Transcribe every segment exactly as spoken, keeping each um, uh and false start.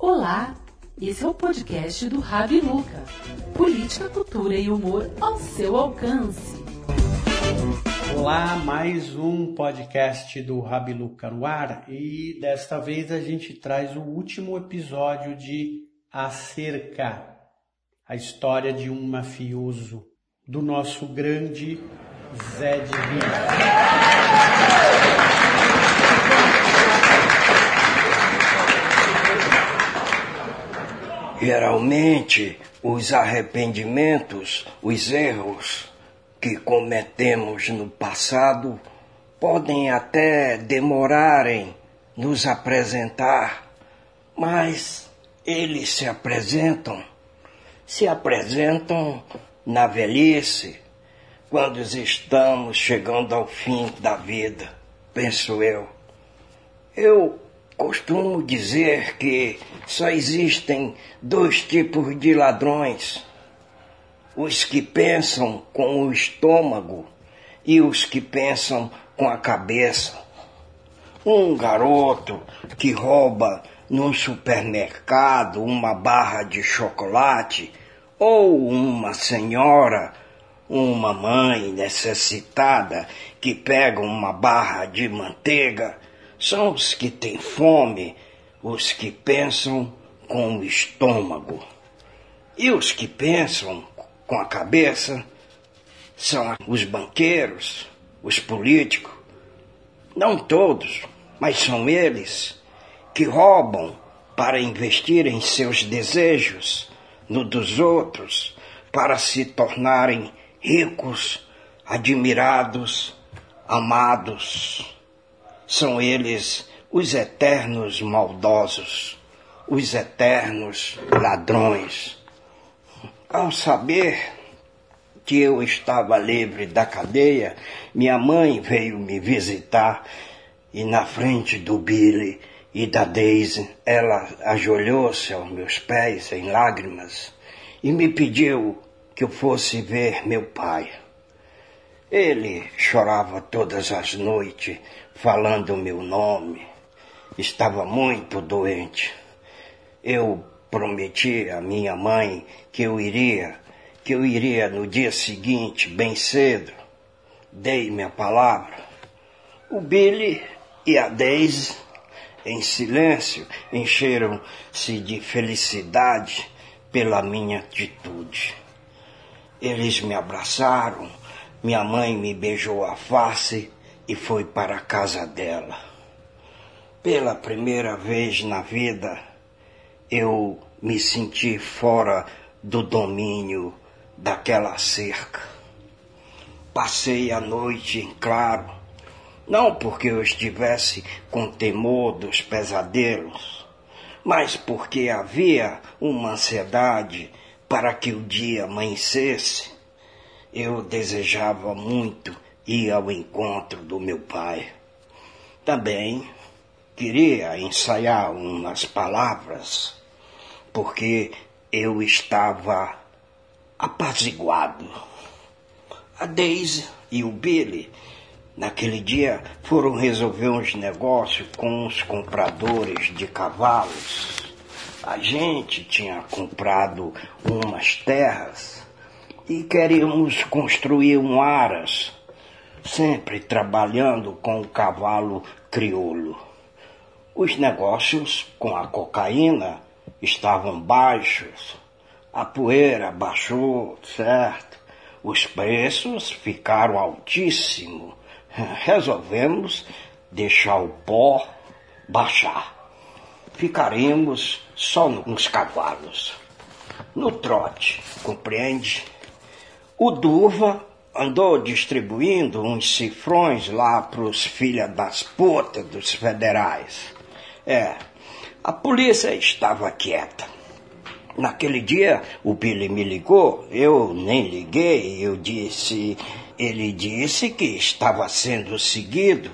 Olá, esse é o podcast do Rabi Luca. Política, cultura e humor ao seu alcance. Olá, mais um podcast do Rabi Luca no ar e desta vez a gente traz o último episódio de A Cerca, a história de um mafioso, do nosso grande Zé de Riva. Geralmente, os arrependimentos, os erros que cometemos no passado podem até demorarem nos apresentar, mas eles se apresentam, se apresentam na velhice, quando estamos chegando ao fim da vida, penso eu. Eu costumo dizer que só existem dois tipos de ladrões: os que pensam com o estômago e os que pensam com a cabeça. Um garoto que rouba num supermercado uma barra de chocolate, ou uma senhora, uma mãe necessitada que pega uma barra de manteiga, são os que têm fome, os que pensam com o estômago. E os que pensam com a cabeça são os banqueiros, os políticos. Não todos, mas são eles que roubam para investir em seus desejos, no dos outros, para se tornarem ricos, admirados, amados. São eles os eternos maldosos, os eternos ladrões. Ao saber que eu estava livre da cadeia, minha mãe veio me visitar e na frente do Billy e da Daisy, ela ajoelhou-se aos meus pés em lágrimas e me pediu que eu fosse ver meu pai. Ele chorava todas as noites, falando o meu nome. Estava muito doente. Eu prometi à minha mãe que eu iria, que eu iria no dia seguinte, bem cedo. Dei minha palavra. O Billy e a Daisy, em silêncio, encheram-se de felicidade pela minha atitude. Eles me abraçaram, minha mãe me beijou a face e foi para a casa dela. Pela primeira vez na vida, eu me senti fora do domínio daquela cerca. Passei a noite em claro, não porque eu estivesse com temor dos pesadelos, mas porque havia uma ansiedade para que o dia amanhecesse. Eu desejava muito ir ao encontro do meu pai. Também queria ensaiar umas palavras, porque eu estava apaziguado. A Daisy e o Billy, naquele dia, foram resolver uns negócios com os compradores de cavalos. A gente tinha comprado umas terras e queríamos construir um aras, sempre trabalhando com o cavalo crioulo. Os negócios com a cocaína estavam baixos, a poeira baixou, certo? Os preços ficaram altíssimos. Resolvemos deixar o pó baixar. Ficaríamos só nos cavalos, no trote, compreende? O Duva andou distribuindo uns cifrões lá para os filhos das putas dos federais. É, a polícia estava quieta. Naquele dia, o Billy me ligou, eu nem liguei, eu disse... Ele disse que estava sendo seguido.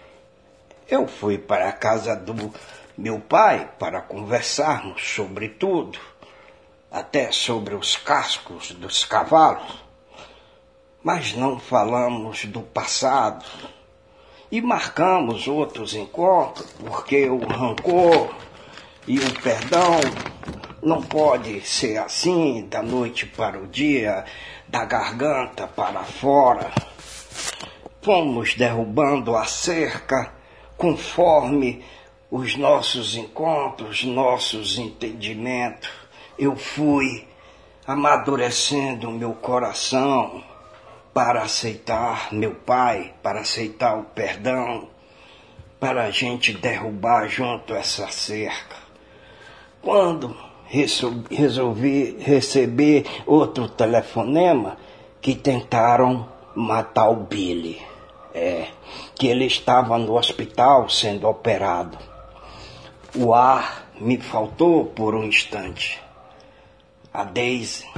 Eu fui para a casa do meu pai para conversarmos sobre tudo, até sobre os cascos dos cavalos. Mas não falamos do passado e marcamos outros encontros, porque o rancor E o perdão não pode ser assim, da noite para o dia, da garganta para fora. Fomos derrubando a cerca conforme os nossos encontros, nossos entendimentos. Eu fui amadurecendo meu coração para aceitar meu pai, para aceitar o perdão, para a gente derrubar junto essa cerca. Quando resolvi receber outro telefonema que tentaram matar o Billy, é, que ele estava no hospital sendo operado. O ar me faltou por um instante. A Daisy,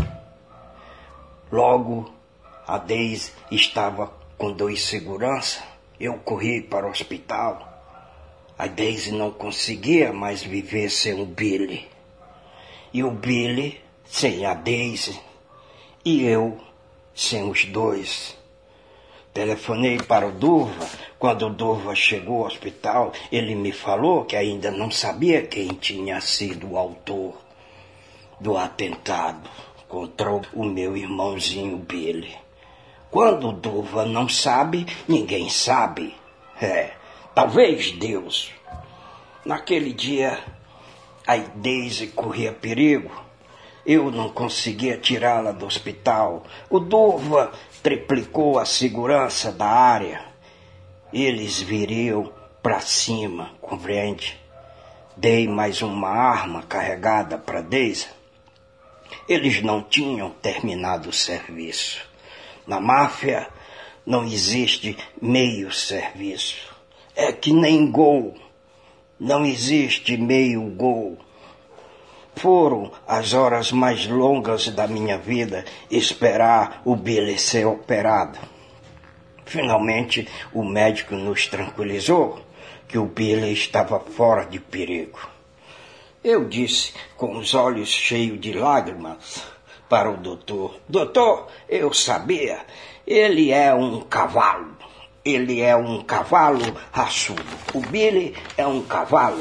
logo a Daisy estava com dois seguranças. Eu corri para o hospital. A Daisy não conseguia mais viver sem o Billy. E o Billy sem a Daisy. E eu sem os dois. Telefonei para o Durva. Quando o Durva chegou ao hospital, ele me falou que ainda não sabia quem tinha sido o autor do atentado contra o meu irmãozinho Billy. Quando o Durva não sabe, ninguém sabe. É, talvez Deus. Naquele dia, a Daisy corria perigo. Eu não conseguia tirá-la do hospital. O Durva triplicou a segurança da área. Eles viriam para cima, compreende? Dei mais uma arma carregada para Daisy. Eles não tinham terminado o serviço. Na máfia não existe meio serviço. É que nem gol. Não existe meio gol. Foram as horas mais longas da minha vida esperar o Billy ser operado. Finalmente, o médico nos tranquilizou que o Billy estava fora de perigo. Eu disse, com os olhos cheios de lágrimas, para o doutor: doutor, eu sabia, ele é um cavalo. Ele é um cavalo raçudo. O Billy é um cavalo.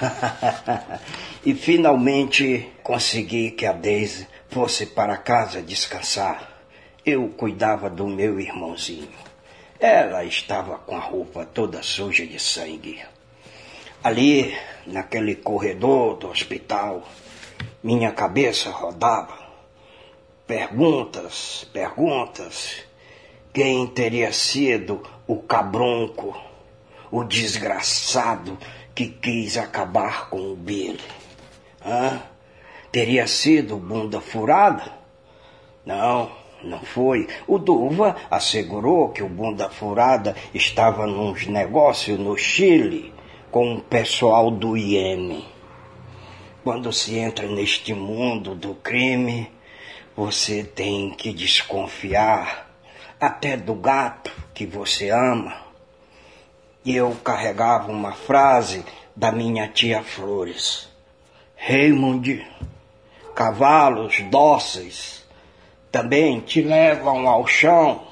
E finalmente consegui que a Daisy fosse para casa descansar. Eu cuidava do meu irmãozinho. Ela estava com a roupa toda suja de sangue. Ali, naquele corredor do hospital, minha cabeça rodava. Perguntas, perguntas. Quem teria sido o cabrunco, o desgraçado que quis acabar com o Billy? Hã? Teria sido bunda furada? Não, não foi. O Durva assegurou que o bunda furada estava nos negócios no Chile com o pessoal do Iêmen. Quando se entra neste mundo do crime, você tem que desconfiar até do gato que você ama. E eu carregava uma frase da minha tia Flores: Raymond, cavalos dóceis também te levam ao chão.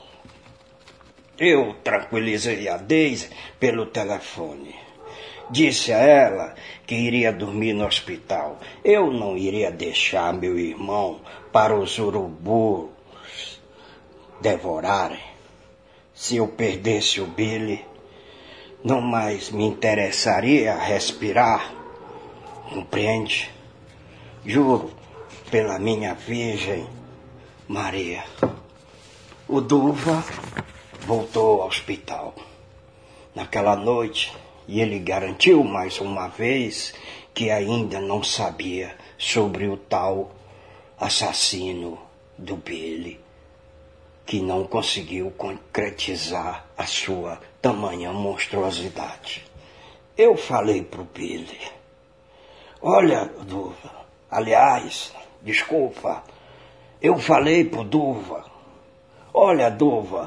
Eu tranquilizei a Daisy pelo telefone. Disse a ela que iria dormir no hospital. Eu não iria deixar meu irmão para os urubus devorarem. Se eu perdesse o Billy, não mais me interessaria respirar. Compreende? Juro pela minha Virgem Maria. O Durva voltou ao hospital naquela noite e ele garantiu mais uma vez que ainda não sabia sobre o tal assassino do Billy, que não conseguiu concretizar a sua tamanha monstruosidade. Eu falei pro Billy: olha, Durva, aliás, desculpa, eu falei pro Durva: olha, Durva,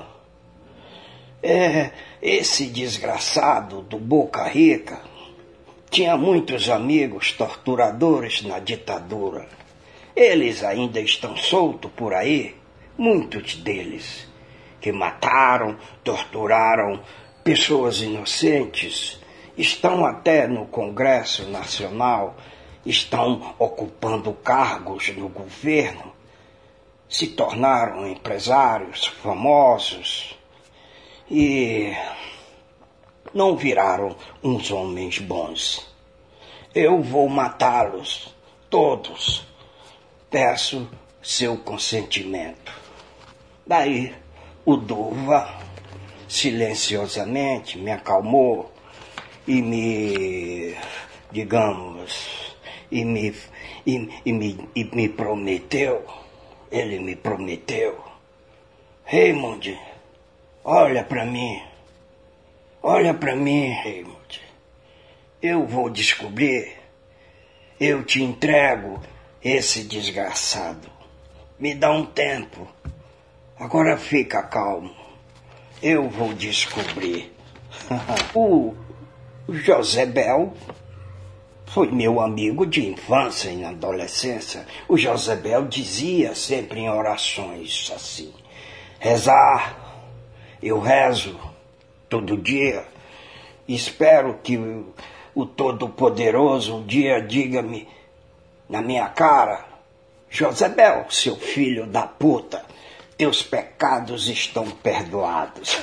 é, esse desgraçado do Boca Rica tinha muitos amigos torturadores na ditadura. Eles ainda estão soltos por aí, muitos deles, que mataram, torturaram pessoas inocentes, estão até no Congresso Nacional estão ocupando cargos no governo, se tornaram empresários famosos e não viraram uns homens bons. Eu vou matá-los, todos. Peço seu consentimento. Daí o Durva silenciosamente me acalmou e me, digamos, e me, e, e me, e me prometeu, ele me prometeu, Raymond, olha para mim, olha para mim, Raymond, eu vou descobrir, eu te entrego esse desgraçado, me dá um tempo, agora fica calmo, eu vou descobrir. o Josebel foi meu amigo de infância e na adolescência. O Josebel dizia sempre em orações assim, rezar, eu rezo todo dia, espero que o, o Todo-Poderoso um dia diga-me na minha cara, Josebel, seu filho da puta, teus pecados estão perdoados.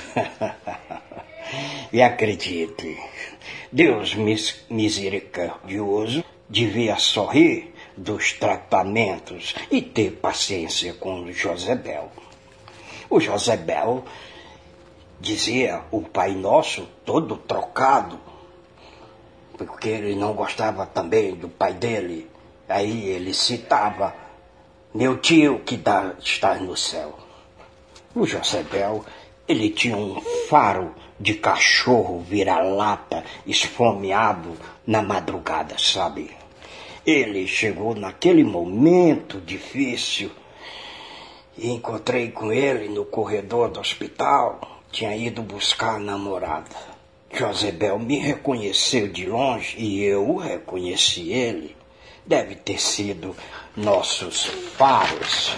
E acredite, Deus mis- misericordioso devia sorrir dos tratamentos e ter paciência com o Josebel. O Josebel dizia o Pai Nosso todo trocado, porque ele não gostava também do pai dele. Aí ele citava, meu tio que dá, está no céu. O Josebel, ele tinha um faro de cachorro vira-lata esfomeado na madrugada, sabe? Ele chegou naquele momento difícil e encontrei com ele no corredor do hospital, tinha ido buscar a namorada. Josebel me reconheceu de longe e eu reconheci ele. Deve ter sido nossos faros.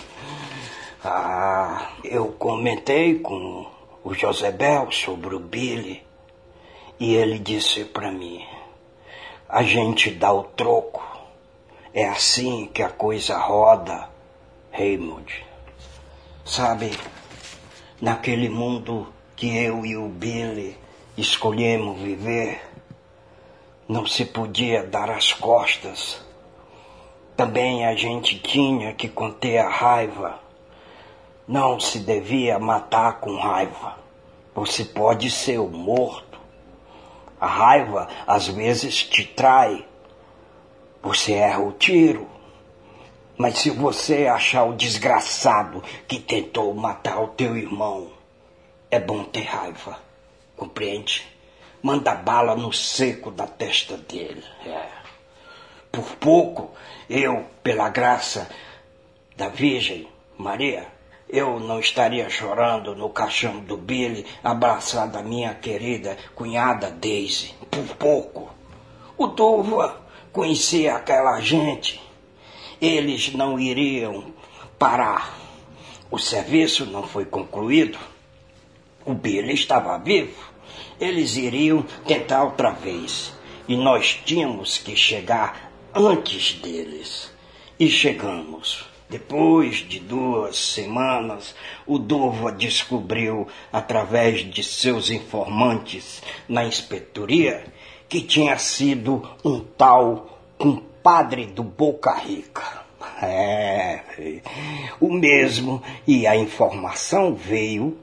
Ah, eu comentei com o Josebel sobre o Billy e ele disse para mim, a gente dá o troco, é assim que a coisa roda, Raymond. Sabe, naquele mundo que eu e o Billy escolhemos viver, não se podia dar as costas. Também a gente tinha que conter a raiva. Não se devia matar com raiva. Você pode ser o morto. A raiva às vezes te trai. Você erra o tiro. Mas se você achar o desgraçado que tentou matar o teu irmão, é bom ter raiva. Compreende? Manda bala no seco da testa dele. É. Por pouco, eu, pela graça da Virgem Maria, eu não estaria chorando no caixão do Billy, abraçada a minha querida cunhada Daisy. Por pouco. O Durva conhecia aquela gente. Eles não iriam parar. O serviço não foi concluído. O Billy estava vivo. Eles iriam tentar outra vez. E nós tínhamos que chegar antes deles. E chegamos. Depois de duas semanas, o Durva descobriu, através de seus informantes na inspetoria, que tinha sido um tal compadre do Boca Rica. É, o mesmo, e a informação veio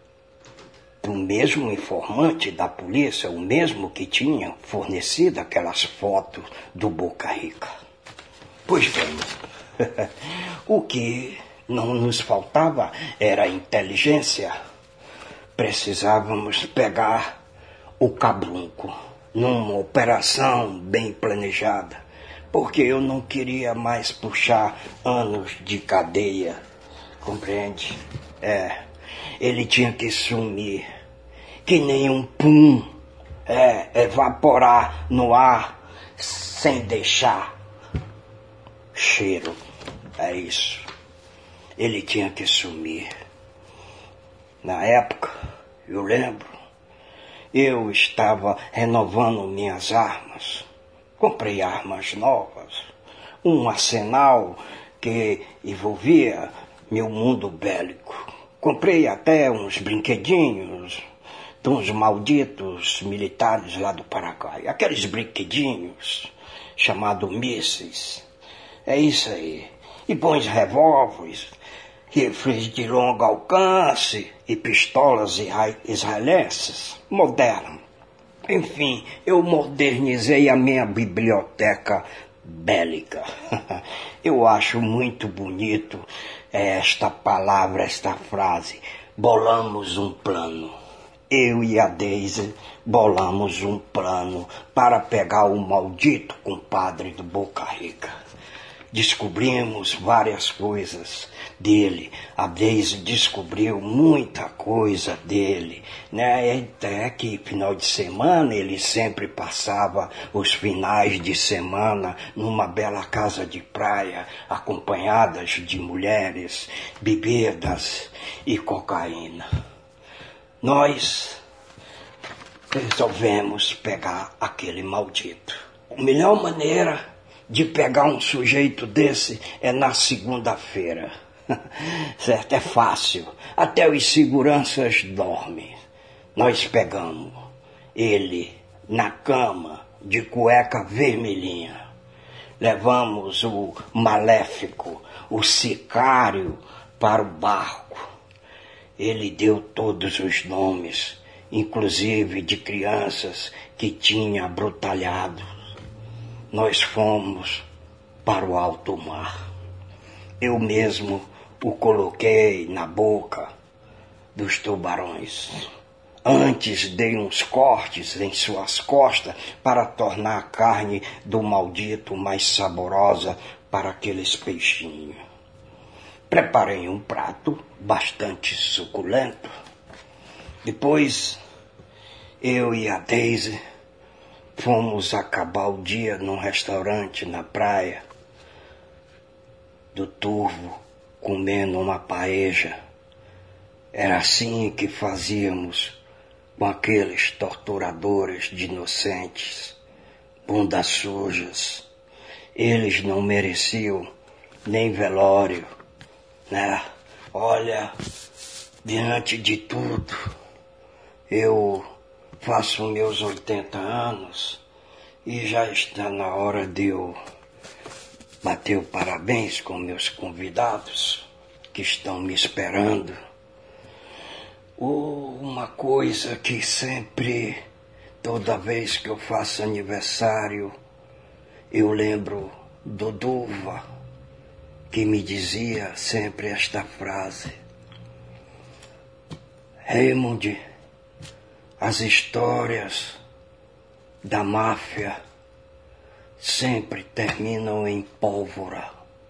do mesmo informante da polícia, o mesmo que tinha fornecido aquelas fotos do Boca Rica. Pois bem, o que não nos faltava era inteligência. Precisávamos pegar o Cabrunco numa operação bem planejada, porque eu não queria mais puxar anos de cadeia, compreende? É, ele tinha que sumir, que nem um pum, é, evaporar no ar sem deixar cheiro. É isso. Ele tinha que sumir. Na época, eu lembro, eu estava renovando minhas armas. Comprei armas novas, um arsenal que envolvia meu mundo bélico. Comprei até uns brinquedinhos de uns malditos militares lá do Paraguai. Aqueles brinquedinhos chamados mísseis. É isso aí. E bons revólveres, rifles de longo alcance e pistolas israelenses modernas. Enfim, eu modernizei a minha biblioteca bélica. Eu acho muito bonito esta palavra, esta frase. Bolamos um plano. Eu e a Daisy bolamos um plano para pegar o maldito compadre do Boca Rica. Descobrimos várias coisas dele. A Daisy descobriu muita coisa dele, né? Até que final de semana ele sempre passava os finais de semana numa bela casa de praia, acompanhadas de mulheres, bebidas e cocaína. Nós resolvemos pegar aquele maldito. A melhor maneira de pegar um sujeito desse é na segunda-feira. Certo? É fácil. Até os seguranças dormem. Nós pegamos ele na cama de cueca vermelhinha. Levamos o maléfico, o sicário, para o barco. Ele deu todos os nomes, inclusive de crianças que tinha brutalhado. Nós fomos para o alto mar. Eu mesmo o coloquei na boca dos tubarões. Antes dei uns cortes em suas costas para tornar a carne do maldito mais saborosa para aqueles peixinhos. Preparei um prato bastante suculento. Depois, eu e a Daisy fomos acabar o dia num restaurante na praia do Turvo, comendo uma paeja. Era assim que fazíamos com aqueles torturadores de inocentes, bundas sujas. Eles não mereciam nem velório, né? Olha, diante de tudo, eu faço meus oitenta anos e já está na hora de eu bater o parabéns com meus convidados que estão me esperando. Oh, uma coisa que sempre, toda vez que eu faço aniversário, eu lembro do Duva, que me dizia sempre esta frase: Raymond, as histórias da máfia sempre terminam em pólvora,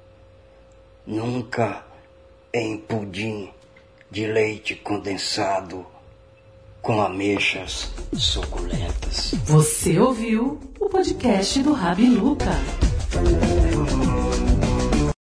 nunca em pudim de leite condensado com ameixas suculentas. Você ouviu o podcast do Rabi Luca.